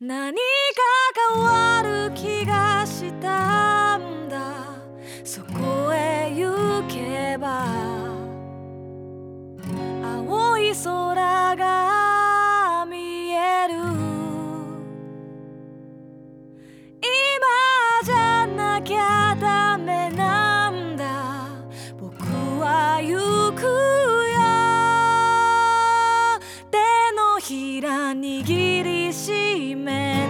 何か変わる気がしたんだ。そこへ行けば青い空が見える。今じゃなきゃダメなんだ。僕は行くよ。手のひら握りしめ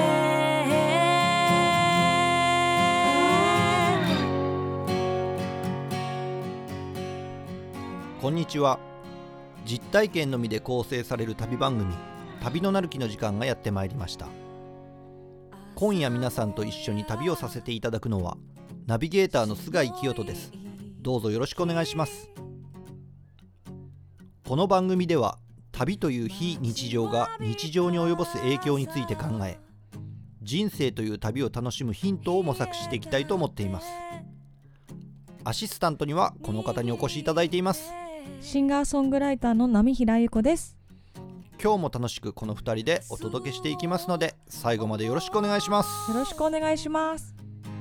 て。こんにちは。実体験のみで構成される旅番組、旅のなる木の時間がやってまいりました。今夜皆さんと一緒に旅をさせていただくのはナビゲーターの菅井清人です。どうぞよろしくお願いします。この番組では旅という非日常が日常に及ぼす影響について考え、人生という旅を楽しむヒントを模索していきたいと思っています。アシスタントにはこの方にお越しいただいています。 シンガーソングライターの波平由子です。 今日も楽しくこの2人でお届けしていきますので、最後までよろしくお願いします。 よろしくお願いします。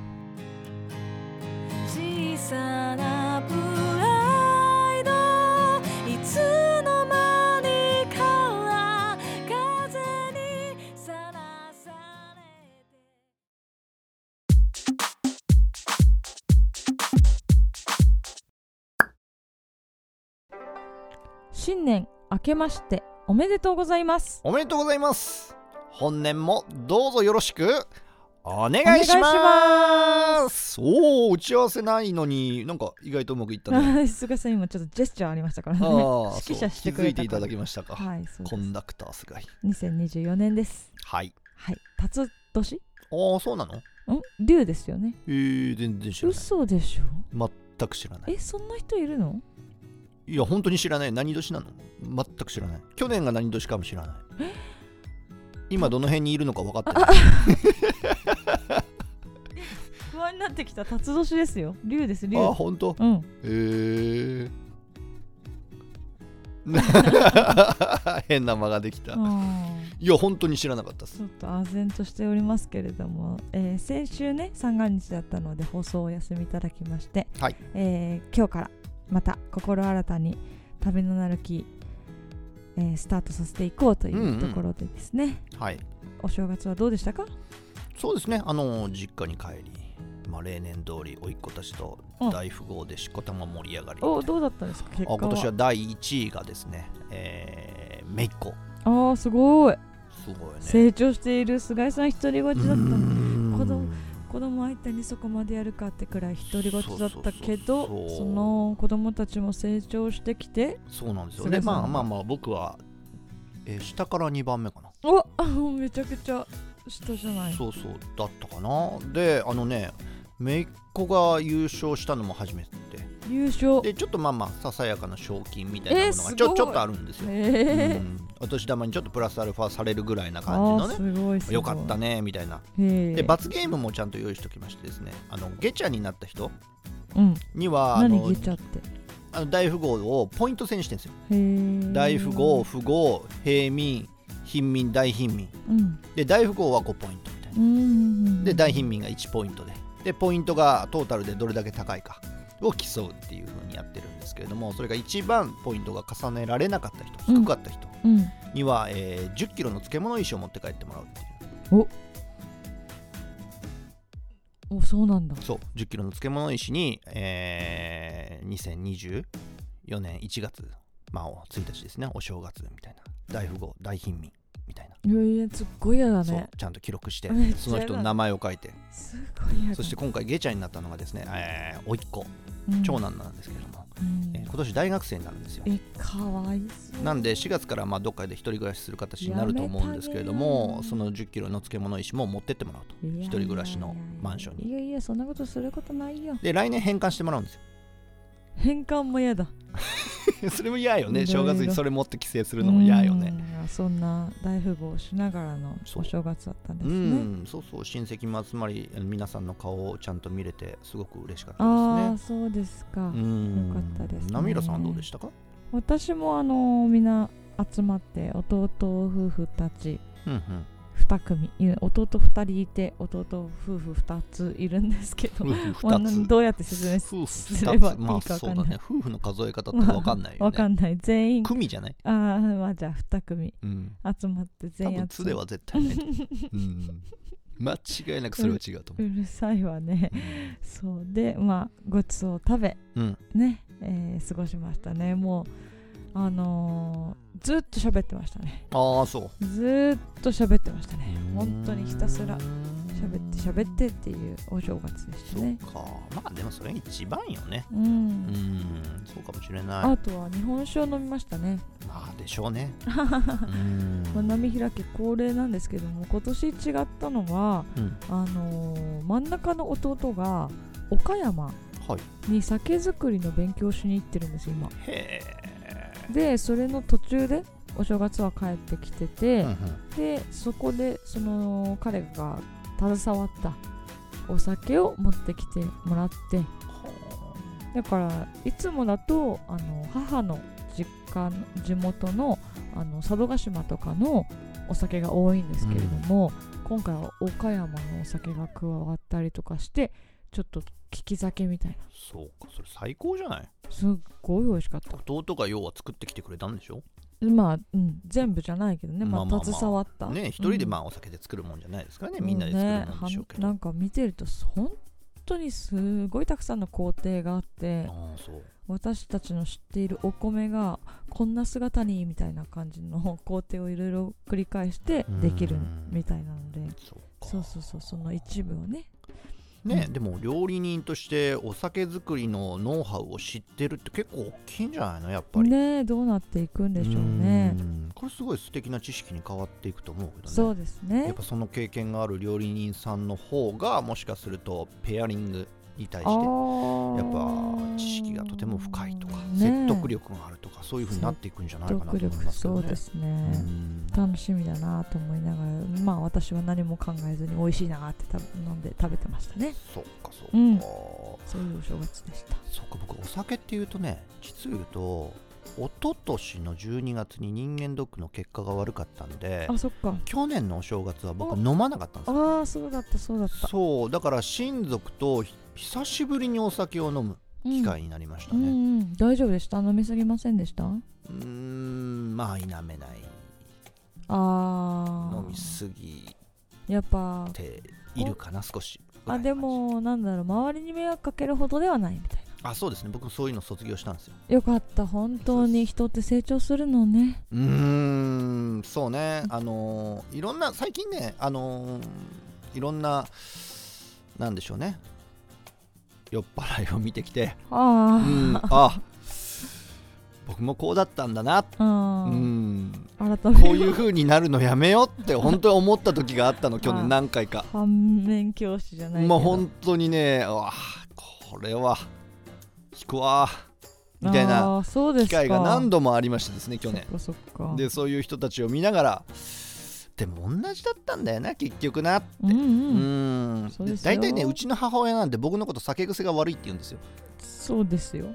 小さなプライド、いつの間にか風にさらされて。新年明けましておめでとうございます。 おめでとうございます。本年もどうぞよろしくお願いします。おー、打ち合わせないのになんか意外とうまくいったね。 菅さん今ちょっとジェスチャーありましたからね。指揮者してくれたから。気づいていただきましたか。 はい、そうです。 コンダクター菅井。 2024年です。 はいはい、辰年。 ああ、そうなの。 龍ですよね。 全然知らない。 嘘でしょ。 全く知らない。 そんな人いるの。 いや本当に知らない。何年なの。全く知らない。去年が何年かも知らない。今どの辺にいるのか分かってない。 不安になってきた。辰年ですよ。龍です。龍。 あ、本当。変な間ができた。いや本当に知らなかったです。 ちょっと唖然としておりますけれども、先週ね三が日だったので放送をお休みいただきまして、 はい、 今日からまた心新たに旅のなる木、スタートさせていこうというところでですね、 はい、 お正月はどうでしたか。 そうですね、実家に帰り、例年通り甥っ子たちと大富豪でしこたま盛り上がり。 どうだったんですか結果は。 今年は第1位がですね、姪っ子。 すごい、 ね、 成長している菅井さん。一人勝ちだった子供相手にそこまでやるかってくらい一人勝ちだったけど、その子供たちも成長してきて。そうなんですよね。 僕は、下から2番目かな。 めちゃくちゃ下じゃない。 そうだったかな。で姪っ子が優勝したのも初めて優勝で、ちょっとささやかな賞金みたいなものがちょっとあるんですよ。お年玉にちょっとプラスアルファされるぐらいな感じのね。よかったねみたいな。で罰ゲームもちゃんと用意しておきましてですね、ゲチャになった人には、 何ゲチャって大富豪をポイント制にしてるんですよ。大富豪、富豪、平民、貧民、大貧民、で大富豪は5ポイントみたいな。で大貧民が1ポイントでポイントがトータルでどれだけ高いかを競うっていう風にやってるんですけれども、それが一番ポイントが重ねられなかった人、低かった人には、10キロの漬物石を持って帰ってもらうっていう。 そうなんだ。 そう、10キロの漬物石に、2024年1月、1日ですね、お正月みたいな、大富豪、大貧民みたいな。 すっごい嫌だね。 そうちゃんと記録してその人の名前を書いて、 すごい嫌だ。 そして今回ゲチャになったのがですね、甥っ子、長男なんですけれども、今年大学生になるんですよ。 かわいそう。 なんで4月からどっかで一人暮らしする形になると思うんですけれども、その10キロの漬物石も持ってってもらうと。一人暮らしのマンションに。 いやそんなことすることないよ。 で来年返還してもらうんですよ。 返還も嫌だ。 それも嫌よね。正月にそれ持って帰省するのも嫌よね。 そんな大富豪をしながらのお正月だったんですね。 そう親戚も集まり、皆さんの顔をちゃんと見れてすごく嬉しかったですね。 そうですか。よかったですね。 ナミラさんはどうでしたか。 私もみんな集まって弟夫婦たち 2組弟2人いて弟夫婦2ついるんですけどどうやって説明すればいいか分かんない、 そうだね、夫婦の数え方って分かんないよね、 分かんない、全員組じゃない、 じゃあ2組集まって全員多分つでは絶対ない間違いなくそれは違うと思う。 うるさいわね、そうでごちそうを食べ、ね、過ごしましたね。もうずっと喋ってましたね。 そうずっと喋ってましたね。本当にひたすら喋ってっていうお正月でしたね。 そうか、でもそれが一番よね。そうかもしれない。 あとは日本酒を飲みましたね。 でしょうね。 飲み開き恒例なんですけども、今年違ったのは、真ん中の弟が岡山に酒造りの勉強しに行ってるんです今。でそれの途中でお正月は帰ってきてて、でそこでその彼が携わったお酒を持ってきてもらって、だからいつもだと母の地元の佐渡島とかのお酒が多いんですけれども、今回は岡山のお酒が加わったりとかしてちょっと利き酒みたいな。 そうか、それ最高じゃない。 すっごい美味しかった。 弟が要は作ってきてくれたんでしょ。 全部じゃないけどね、携わったね、一人でお酒で作るもんじゃないですからね、みんなで作るもんでしょうけど、 なんか見てると本当にすごいたくさんの工程があって、私たちの知っているお米がこんな姿にみたいな感じの工程をいろいろ繰り返してできるみたいなので、そうその一部をね。 でも料理人としてお酒作りのノウハウを知ってるって結構大きいんじゃないのやっぱりね。どうなっていくんでしょうね。 これすごい素敵な知識に変わっていくと思うけどね。 そうですね。やっぱその経験がある料理人さんの方がもしかするとペアリングに対してやっぱ知識がとても深いとか、説得力があるとか、そういう風になっていくんじゃないかなと思いますけどね。 そうですね。楽しみだなと思いながら、私は何も考えずに美味しいなって飲んで食べてましたね。 そうか、 そういうお正月でした。 そうか、僕お酒っていうとね、実を言うと一昨年の12月に人間ドックの結果が悪かったんで、 そっか、 去年のお正月は僕飲まなかったんですよ。 そうだった。 そうだから親族と久しぶりにお酒を飲む機会になりましたね。 大丈夫でした？飲みすぎませんでした？ 否めない。飲みすぎやっぱているかな、少し。 でも周りに迷惑かけるほどではないみたいな。 そうですね、僕そういうの卒業したんですよ。 よかった、本当に人って成長するのね。 そうね、いろんな最近ね、いろんななんでしょうね、酔っ払いを見てきて、僕もこうだったんだな、こういう風になるのやめようって本当に思った時があったの去年何回か。 反面教師じゃないけど、 本当にね、これは引くわみたいな機会が何度もありましてですね、去年。でそういう人たちを見ながら、でも同じだったんだよな結局なって。大体ね、うちの母親なんて僕のこと酒癖が悪いって言うんですよ。 そうですよ。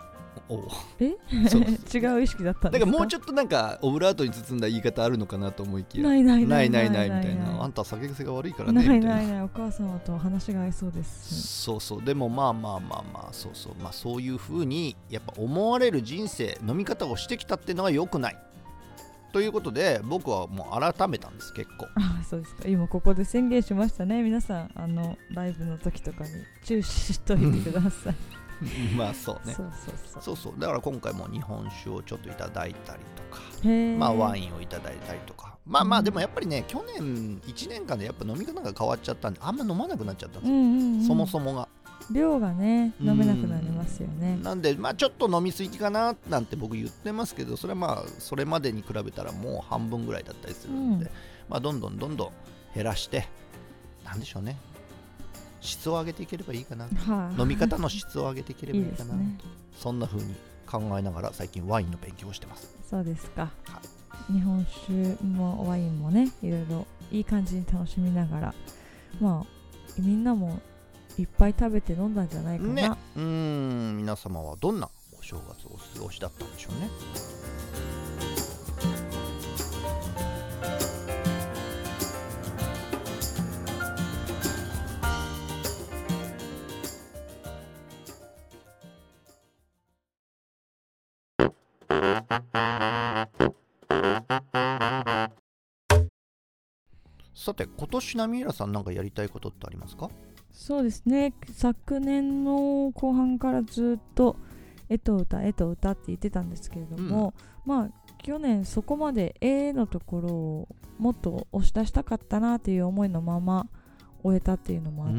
違う意識だったんですか？ だからもうちょっとなんかオブラートに包んだ言い方あるのかなと思いきや、 ないみたいな、あんた酒癖が悪いからねみたいな。 お母様と話が合いそうです。 そうでもそういう風にやっぱ思われる人生、飲み方をしてきたっていうのが良くないということで、僕はもう改めたんです。結構そうですか。今ここで宣言しましたね。皆さんライブの時とかに注視しといてください。 そうね。そうだから今回も日本酒をちょっといただいたりとか、ワインをいただいたりとか、でもやっぱりね、去年1年間でやっぱ飲み方が変わっちゃったんで、あんま飲まなくなっちゃったんですよ。そもそもが量がね、飲めなくなりますよね。 なんでちょっと飲みすぎかななんて僕言ってますけど、それはそれまでに比べたらもう半分ぐらいだったりするので、どんどん減らして、なんでしょうね、質を上げていければいいかな、飲み方の質を上げていければいいかな、そんな風に考えながら最近ワインの勉強をしてます。 そうですか。日本酒もワインもね、いろいろいい感じに楽しみながら、みんなもいっぱい食べて飲んだんじゃないかな、ね。 皆様はどんなお正月をお過ごしだったんでしょうね。 さて今年波平さんなんかやりたいことってありますか？ そうですね、昨年の後半からずっと絵と歌って言ってたんですけれども、まあ去年そこまで絵のところをもっと押し出したかったなっていう思いのまま終えたっていうのもあって、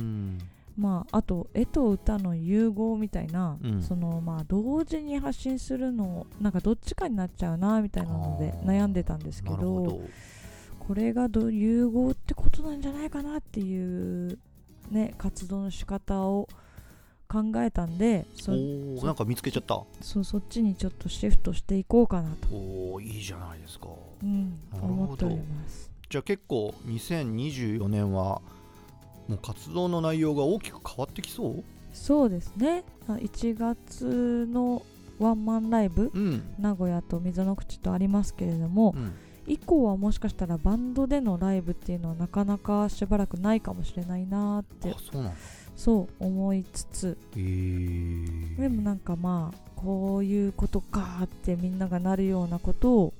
まああと絵と歌の融合みたいな、そのまあ同時に発信するのなんかどっちかになっちゃうなみたいなので悩んでたんですけど、これが融合ってことなんじゃないかなっていうね、活動の仕方を考えたんで、 なんか見つけちゃった。 そっちにちょっとシフトしていこうかなと。 いいじゃないですか。 思っております。 じゃあ結構2024年はもう活動の内容が大きく変わってきそう？ そうですね。1月のワンマンライブ、名古屋と溝の口とありますけれども、以降はもしかしたらバンドでのライブっていうのはなかなかしばらくないかもしれないなってそう思いつつ、でもなんかまあこういうことかってみんながなるようなことを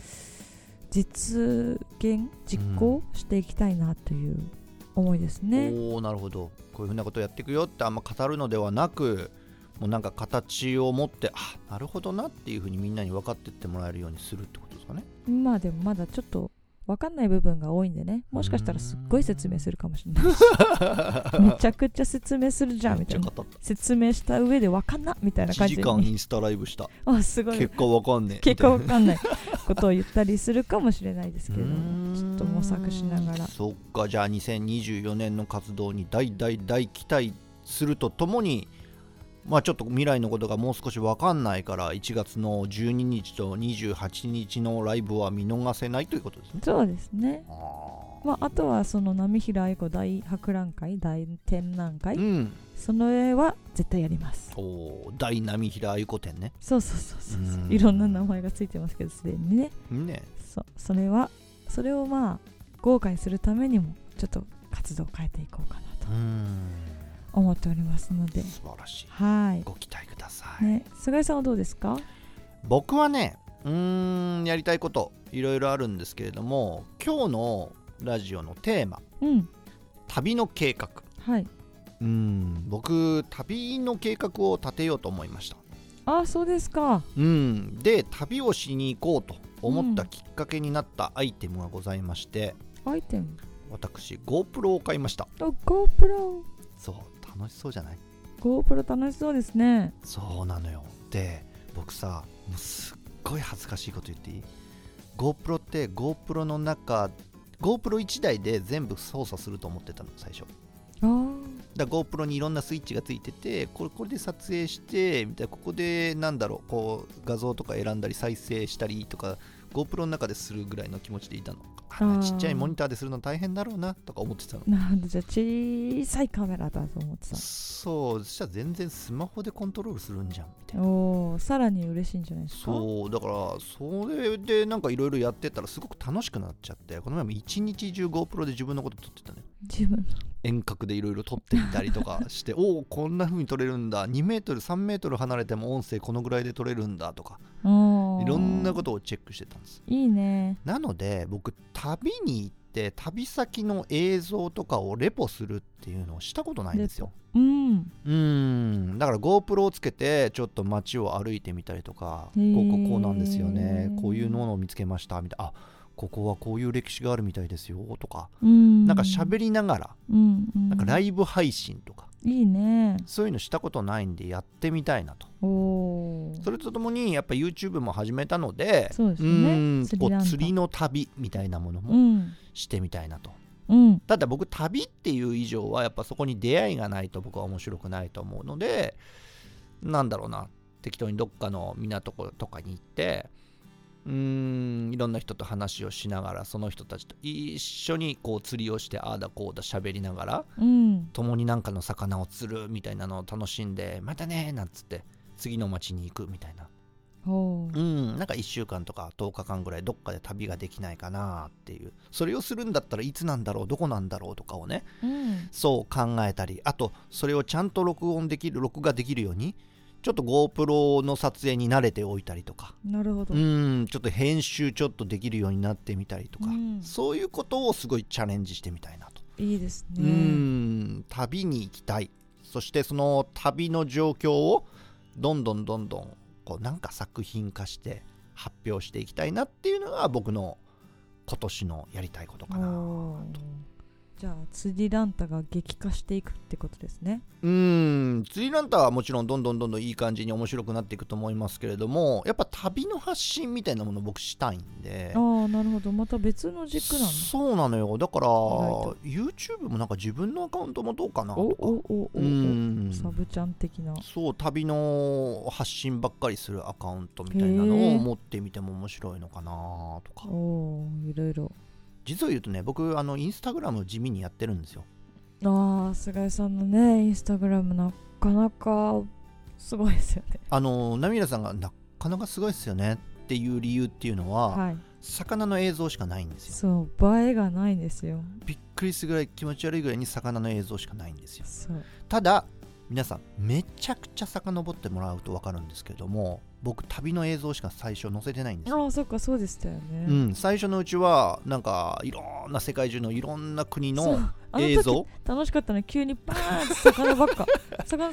実行していきたいなという思いですね。 なるほど。こういうふうなことをやっていくよってあんま語るのではなく、もうなんか形を持ってなるほどなっていうふうにみんなに分かっていってもらえるようにするってことですかね。 まあでもまだちょっと分かんない部分が多いんでね、もしかしたらすっごい説明するかもしれないしめちゃくちゃ説明するじゃんみたいな、説明した上で分かんなみたいな感じで、 1時間インスタライブしたすごい結果分かんねえ結果分かんないことを言ったりするかもしれないですけれどもちょっと模索しながら。 そっか、じゃあ2024年の活動に大期待するとともに、まあちょっと未来のことがもう少し分かんないから1月の12日と28日のライブは見逃せないということですね。 そうですね。あとはその波平愛子大博覧会大展覧会、その絵は絶対やります。 大波平愛子展ね。 そういろんな名前がついてますけどすでにね。それをまあ豪華にするためにもちょっと活動を変えていこうかなと思っておりますので、 素晴らしい。ご期待ください。 菅井さんはどうですか？ 僕はね、やりたいこといろいろあるんですけれども、今日のラジオのテーマ、旅の計画。僕旅の計画を立てようと思いました。 そうですか。 で旅をしに行こうと思ったきっかけになったアイテムがございまして、私 GoPro を買いました。 GoPro、 そう楽しそうじゃない？ GoPro 楽しそうですね。 そうなのよ。で僕さ、もうすっごい恥ずかしいこと言っていい？ GoPro って GoPro の中 GoPro1 台で全部操作すると思ってたの最初。だ GoPro にいろんなスイッチがついてて、これで撮影してみたいな、ここでこう画像とか選んだり再生したりとか GoPro の中でするぐらいの気持ちでいたの。ちっちゃいモニターでするの大変だろうなとか思ってたの。 なんでじゃあ小さいカメラだと思ってた。 そしたら全然スマホでコントロールするんじゃんみたいな。 さらに嬉しいんじゃないですか。 そうだからそれでなんかいろいろやってたらすごく楽しくなっちゃって、この前も一日中 GoPro で自分のこと撮ってたね。 自分遠隔でいろいろ撮ってみたりとかしてこんな風に撮れるんだ、2メートル3メートル離れても音声このぐらいで撮れるんだとか、いろんなことをチェックしてたんです。いいね。 なので僕旅に行って旅先の映像とかをレポするっていうのをしたことないんですよ。だから GoPro をつけてちょっと街を歩いてみたりとか、こうなんですよね、こういうのを見つけましたみたいな、ここはこういう歴史があるみたいですよとか、なんか喋りながら、なんかライブ配信とか、 いいね。 そういうのしたことないんでやってみたいなと。それとともにやっぱ YouTube も始めたので、 そうですね、 釣りの旅みたいなものもしてみたいなと。ただ僕旅っていう以上はやっぱそこに出会いがないと僕は面白くないと思うので、なんだろうな、適当にどっかの港とかに行っていろんな人と話をしながら、その人たちと一緒にこう釣りをしてああだこうだ喋りながら、共になんかの魚を釣るみたいなのを楽しんで、またねなんつって次の町に行くみたいな、なんか1週間とか10日間ぐらいどっかで旅ができないかなっていう、それをするんだったらいつなんだろう、どこなんだろうとかをね、そう考えたり、あとそれをちゃんと録画できるようにちょっと GoPro の撮影に慣れておいたりとか、 なるほど。 ちょっと編集ちょっとできるようになってみたりとか、そういうことをすごいチャレンジしてみたいなと。 いいですね。 旅に行きたい。そしてその旅の状況をどんどんこうなんか作品化して発表していきたいなっていうのが僕の今年のやりたいことかなと。 じゃあスリランタが激化していくってことですね。 スリランタはもちろんどんどんいい感じに面白くなっていくと思いますけれども、やっぱ旅の発信みたいなものを僕したいんで。 なるほど、また別の軸なんだ。 そうなのよ。だから YouTube もなんか自分のアカウントもどうかなとか、 サブちゃん的な、 そう旅の発信ばっかりするアカウントみたいなのを持ってみても面白いのかなとか。 いろいろ。 実を言うとね、僕インスタグラム地味にやってるんですよ。 菅井さんのねインスタグラムなかなかすごいですよね。 ナミラさんがなかなかすごいですよねっていう理由っていうのは、魚の映像しかないんですよ。 そう映えがないんですよ。 びっくりするぐらい気持ち悪いぐらいに魚の映像しかないんですよ。 そうただ皆さんめちゃくちゃ遡ってもらうと分かるんですけれども、僕旅の映像しか最初載せてないんですよ。 そっか、そうでしたよね。 最初のうちはなんかいろんな世界中のいろんな国の映像、 楽しかったね。急にバーンって魚ばっか魚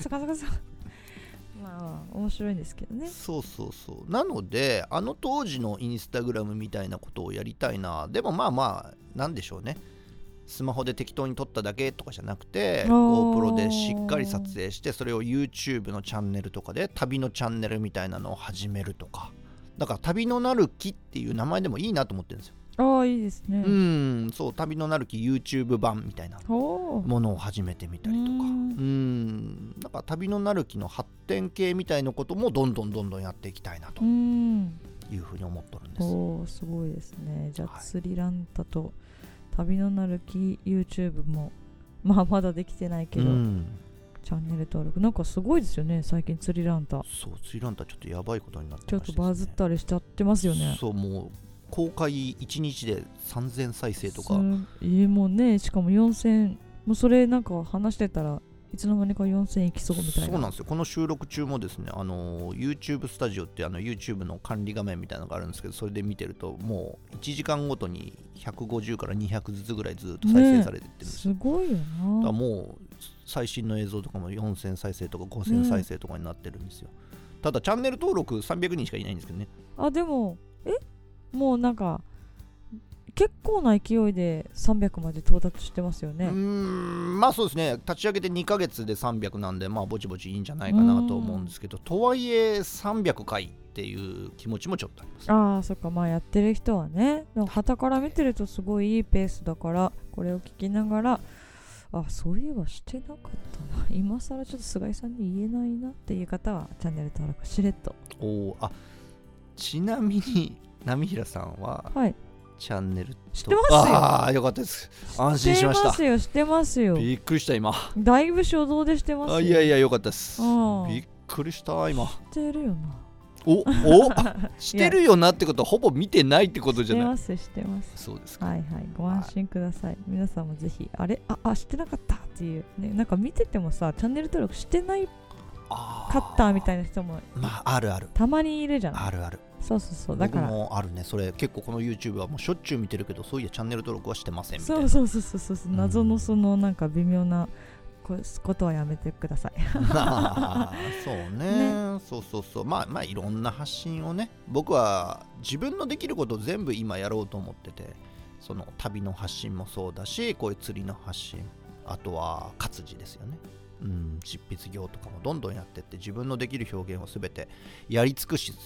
まあ面白いんですけどね。 そうなので当時のインスタグラムみたいなことをやりたいな。でもまあなんでしょうね、スマホで適当に撮っただけとかじゃなくて GoPro でしっかり撮影して、それを YouTube のチャンネルとかで旅のチャンネルみたいなのを始めるとか。だから旅のなる木っていう名前でもいいなと思ってるんですよ。 いいですね。 そう旅のなる木 YouTube 版みたいなものを始めてみたりとか、だから旅のなる木の発展系みたいなこともどんどんやっていきたいなというふうに思ってるんです。 すごいですね。じゃあ、スリランタと旅のなる木 YouTube もまだできてないけど、チャンネル登録なんかすごいですよね。最近スリランタスリランタちょっとやばいことになってまちょっとバズったりしちゃってますよね。 もう公開1日で3000再生とか、 もうね、しかも4000、もうそれなんか話してたらいつの間にか4000いきそうみたいな。 そうなんですよ。この収録中もですね、YouTube スタジオってYouTube の管理画面みたいなのがあるんですけど、それで見てるともう1時間ごとに150から200ずつぐらいずっと再生されてってるんですよ。 すごいよな。だからもう最新の映像とかも4000再生とか5000再生とかになってるんですよ。ただチャンネル登録300人しかいないんですけどね。 でももうなんか結構な勢いで300まで到達してますよね。 まあそうですね。立ち上げて2ヶ月で300なんで、まあぼちぼちいいんじゃないかなと思うんですけど、とはいえ300回っていう気持ちもちょっとあります。 そっか、まあやってる人はね。でも傍から見てるとすごいいいペースだから、これを聞きながらそういえばしてなかったな、今更ちょっと菅井さんに言えないなっていう方はチャンネル登録しれっと。 ちなみに波平さんは、チャンネルしてますよ。 よかったです。安心しました。 してますよ。 びっくりした今。 だいぶ初動でしてますよ。 いやよかったです。びっくりした今。 してるよな。 してるよなってことはほぼ見てないってことじゃない。 してます。 そうですか。 ご安心ください。皆さんもぜひしてなかったっていうね、なんか見ててもさ、チャンネル登録してないカッターみたいな人もあるたまにいるじゃない。 ある。 そうだから僕もあるね。それ結構この YouTube はもうしょっちゅう見てるけど、そういやチャンネル登録はしてませんみたいな。そう謎のそのなんか微妙なことはやめてください。 そうね。そうまあいろんな発信をね、僕は自分のできることを全部今やろうと思ってて、その旅の発信もそうだし、こういう釣りの発信、あとは活字ですよね。執筆業とかもどんどんやってって、自分のできる表現をすべてやり尽くす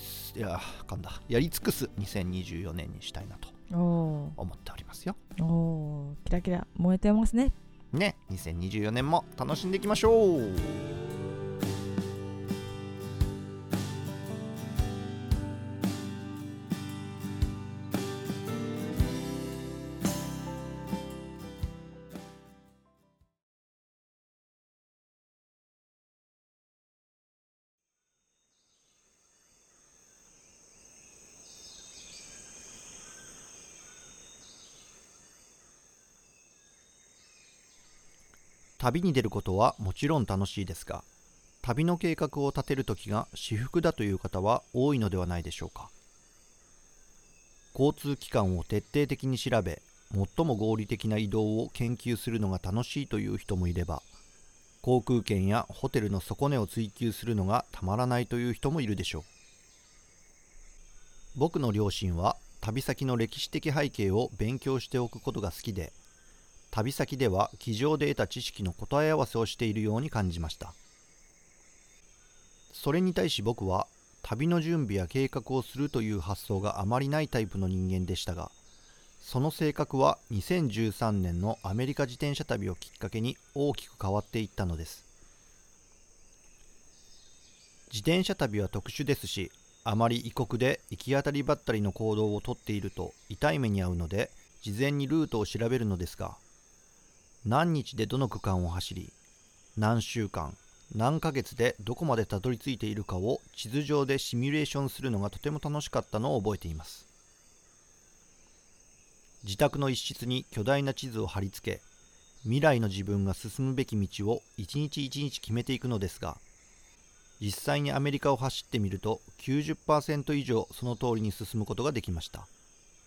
2024年にしたいなと思っておりますよ。 キラキラ燃えてますね。 2024年も楽しんでいきましょう。旅に出ることはもちろん楽しいですが、 旅の計画を立てるときが至福だという方は多いのではないでしょうか。交通機関を徹底的に調べ、最も合理的な移動を研究するのが楽しいという人もいれば、航空券やホテルの底値を追求するのがたまらないという人もいるでしょう。僕の両親は旅先の歴史的背景を勉強しておくことが好きで、旅先では机上で得た知識の答え合わせをしているように感じました。それに対し僕は旅の準備や計画をするという発想があまりないタイプの人間でしたが、その性格は2013年のアメリカ自転車旅をきっかけに大きく変わっていったのです。自転車旅は特殊ですし、あまり異国で行き当たりばったりの行動をとっていると痛い目に遭うので、事前にルートを調べるのですが、何日でどの区間を走り、何週間、何ヶ月でどこまでたどり着いているかを地図上でシミュレーションするのがとても楽しかったのを覚えています。自宅の一室に巨大な地図を貼り付け、未来の自分が進むべき道を一日一日決めていくのですが、実際にアメリカを走ってみると 90% 以上その通りに進むことができました。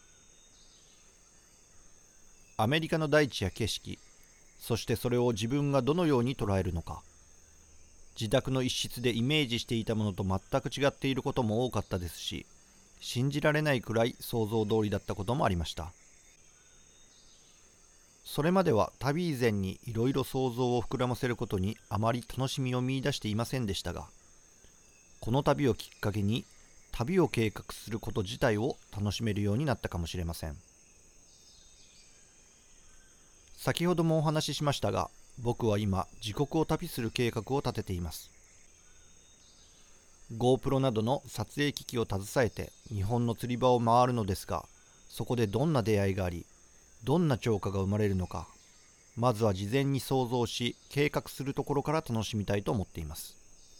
アメリカの大地や景色、そしてそれを自分がどのように捉えるのか、自宅の一室でイメージしていたものと全く違っていることも多かったですし、信じられないくらい想像通りだったこともありました。それまでは旅以前にいろいろ想像を膨らませることにあまり楽しみを見出していませんでしたが、この旅をきっかけに旅を計画すること自体を楽しめるようになったかもしれません。先ほどもお話ししましたが、僕は今自国を旅する計画を立てています。 GoPro などの撮影機器を携えて日本の釣り場を回るのですが、そこでどんな出会いがあり、どんな釣果が生まれるのか、まずは事前に想像し計画するところから楽しみたいと思っています。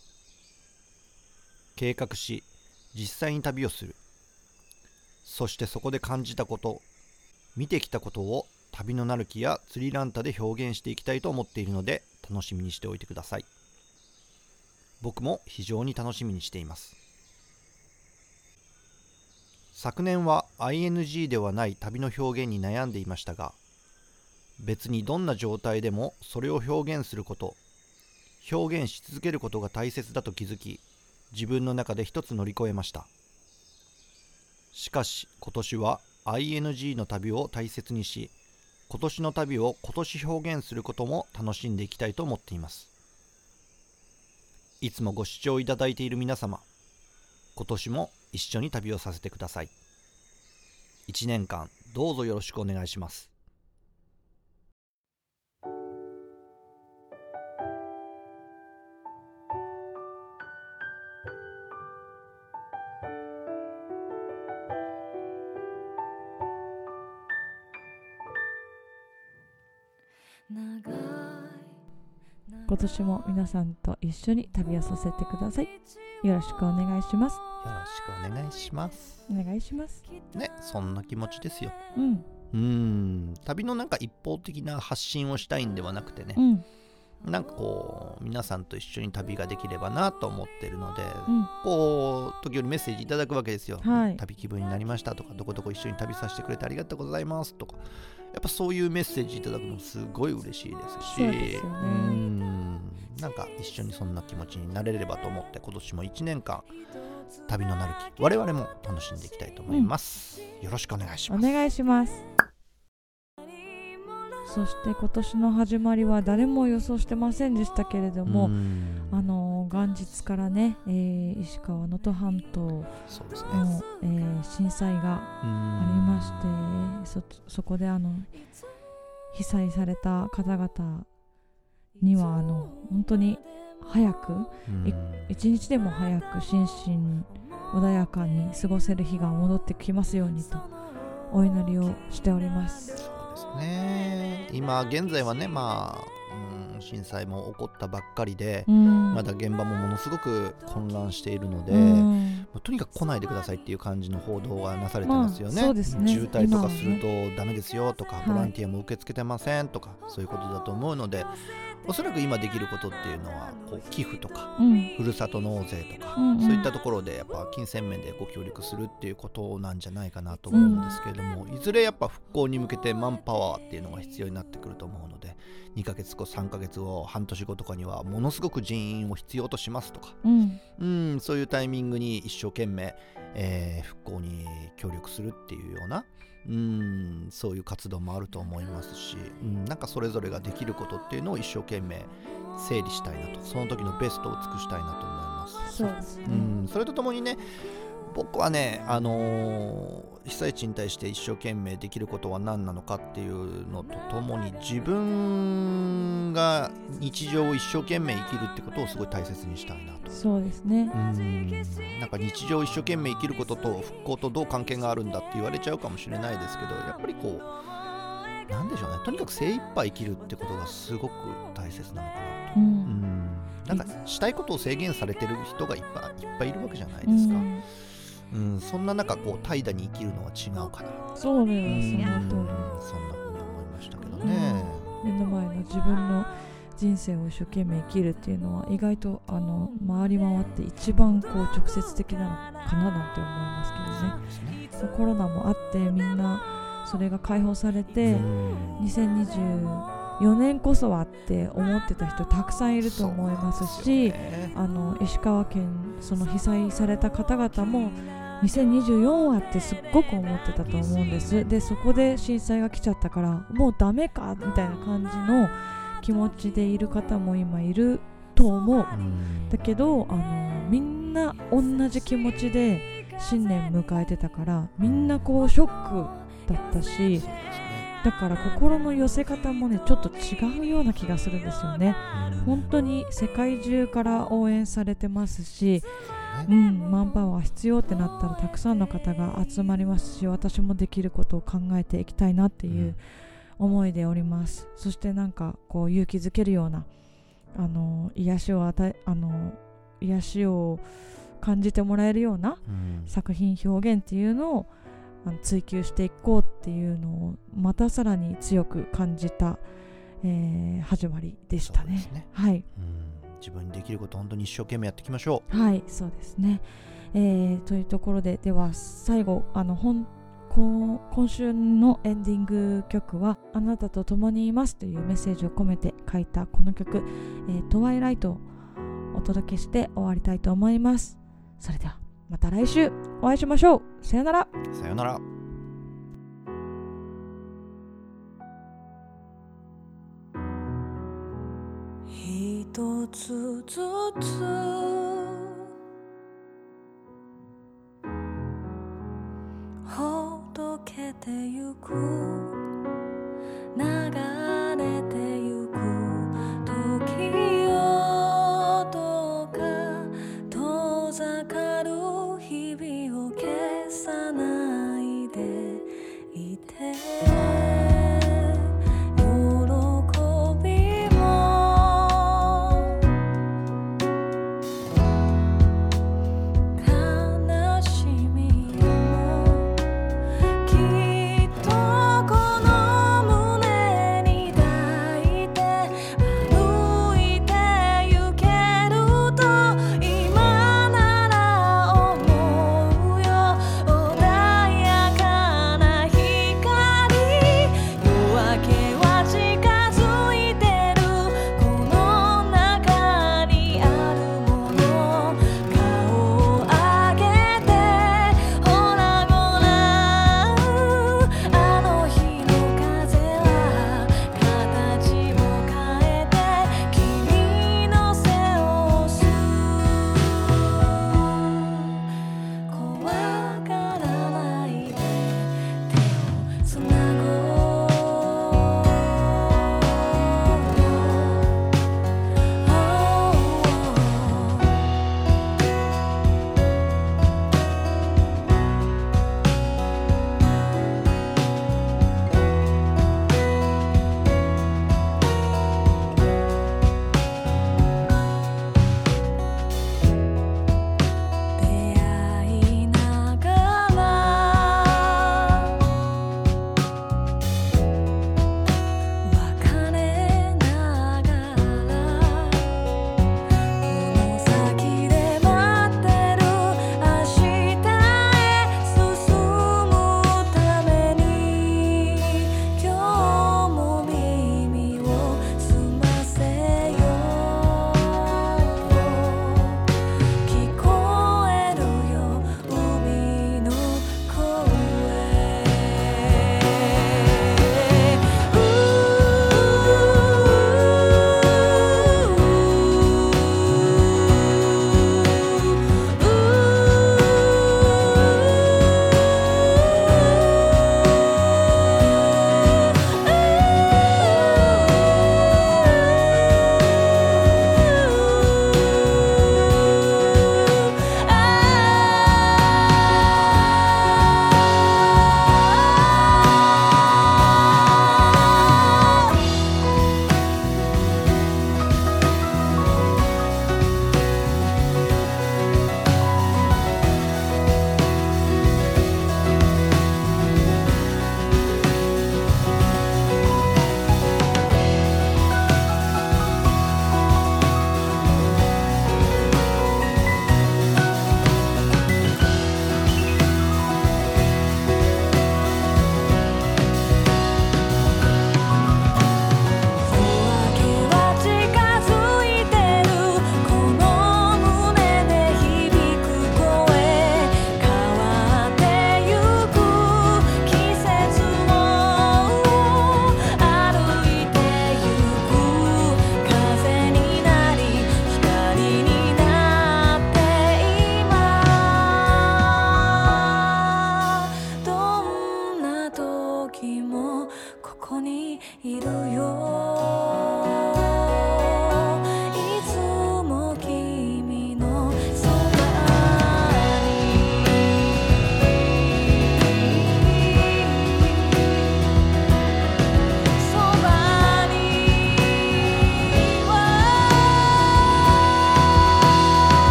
計画し実際に旅をする、そしてそこで感じたこと、見てきたことを旅のなる木や釣りランタで表現していきたいと思っているので、楽しみにしておいてください。僕も非常に楽しみにしています。昨年は ING ではない旅の表現に悩んでいましたが、別にどんな状態でもそれを表現すること、表現し続けることが大切だと気づき、自分の中で一つ乗り越えました。しかし今年は ING の旅を大切にし、今年の旅を今年表現することも楽しんでいきたいと思っています。いつもご視聴いただいている皆様、今年も一緒に旅をさせてください。1年間どうぞよろしくお願いします。 今年も皆さんと一緒に旅をさせてください。よろしくお願いします。 よろしくお願いします。 お願いしますね、そんな気持ちですよ。旅のなんか一方的な発信をしたいんではなくてね、なんかこう皆さんと一緒に旅ができればなと思ってるので、こう時折メッセージいただくわけですよ、旅気分になりましたとか、どこどこ一緒に旅させてくれてありがとうございますとか、やっぱそういうメッセージいただくのすごい嬉しいですし、なんか一緒にそんな気持ちになれればと思って、今年も1年間旅のなる木、我々も楽しんでいきたいと思います、よろしくお願いします。 お願いします。そして今年の始まりは誰も予想してませんでしたけれども、元日からね、石川能登半島の、震災がありまして、そこで被災された方々には本当に早く、一日でも早く心身穏やかに過ごせる日が戻ってきますようにとお祈りをしております。 そうですね、今現在はね、震災も起こったばっかりで、まだ現場もものすごく混乱しているので、とにかく来ないでくださいっていう感じの報道がなされてますよね。 そうですね、 渋滞とかするとダメですよとか、ボランティアも受け付けてませんとか、そういうことだと思うので、 おそらく今できることっていうのはこう寄付とか、ふるさと納税とか、そういったところでやっぱ金銭面でご協力するっていうことなんじゃないかなと思うんですけれども、いずれやっぱ復興に向けてマンパワーっていうのが必要になってくると思うので、2ヶ月後3ヶ月後半年後とかにはものすごく人員を必要としますとか、そういうタイミングに一生懸命、復興に協力するっていうようなそういう活動もあると思いますし、なんかそれぞれができることっていうのを一生懸命整理したいなと、その時のベストを尽くしたいなと思います。 そうですね。 それとともにね、僕はね、被災地に対して一生懸命できることは何なのかっていうのとともに、自分が日常を一生懸命生きるってことをすごい大切にしたいなと。 そうですね。 なんか日常を一生懸命生きることと復興とどう関係があるんだって言われちゃうかもしれないですけど、やっぱりこうなんでしょうね、とにかく精一杯生きるってことがすごく大切なのかなと。なんかしたいことを制限されてる人がいっぱいいるわけじゃないですか。そんな中こう怠惰に生きるのは違うかな。 そうですね。 そんな風に思いましたけどね。 目の前の自分の人生を一生懸命生きるっていうのは意外と回り回って一番こう直接的なのかななんて思いますけどね。コロナもあってみんなそれが解放されて、2024年こそはって思ってた人たくさんいると思いますし、石川県その被災された方々も2024はってすっごく思ってたと思うんです。でそこで震災が来ちゃったからもうダメかみたいな感じの気持ちでいる方も今いると思う。だけどみんな同じ気持ちで新年迎えてたから、みんなこうショックだったし、だから心の寄せ方もねちょっと違うような気がするんですよね。本当に世界中から応援されてますし、マンパワー必要ってなったらたくさんの方が集まりますし、私もできることを考えていきたいなっていう思いでおります。そしてなんかこう勇気づけるような癒しを感じてもらえるような作品表現っていうのを追求していこうっていうのをまたさらに強く感じた、始まりでしたね。はい。 自分にできることを本当に一生懸命やっていきましょう。 はい、そうですね。というところで、では最後今週のエンディング曲はあなたと共にいますというメッセージを込めて書いたこの曲、トワイライトをお届けして終わりたいと思います。それではまた来週お会いしましょう。さよなら。 さよなら。 一つずつほどけてゆく、流れてゆく時をどうか遠ざかる日々を消さないでいて、喜びも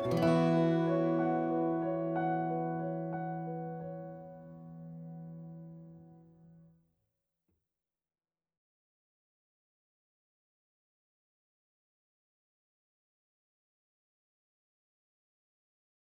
した。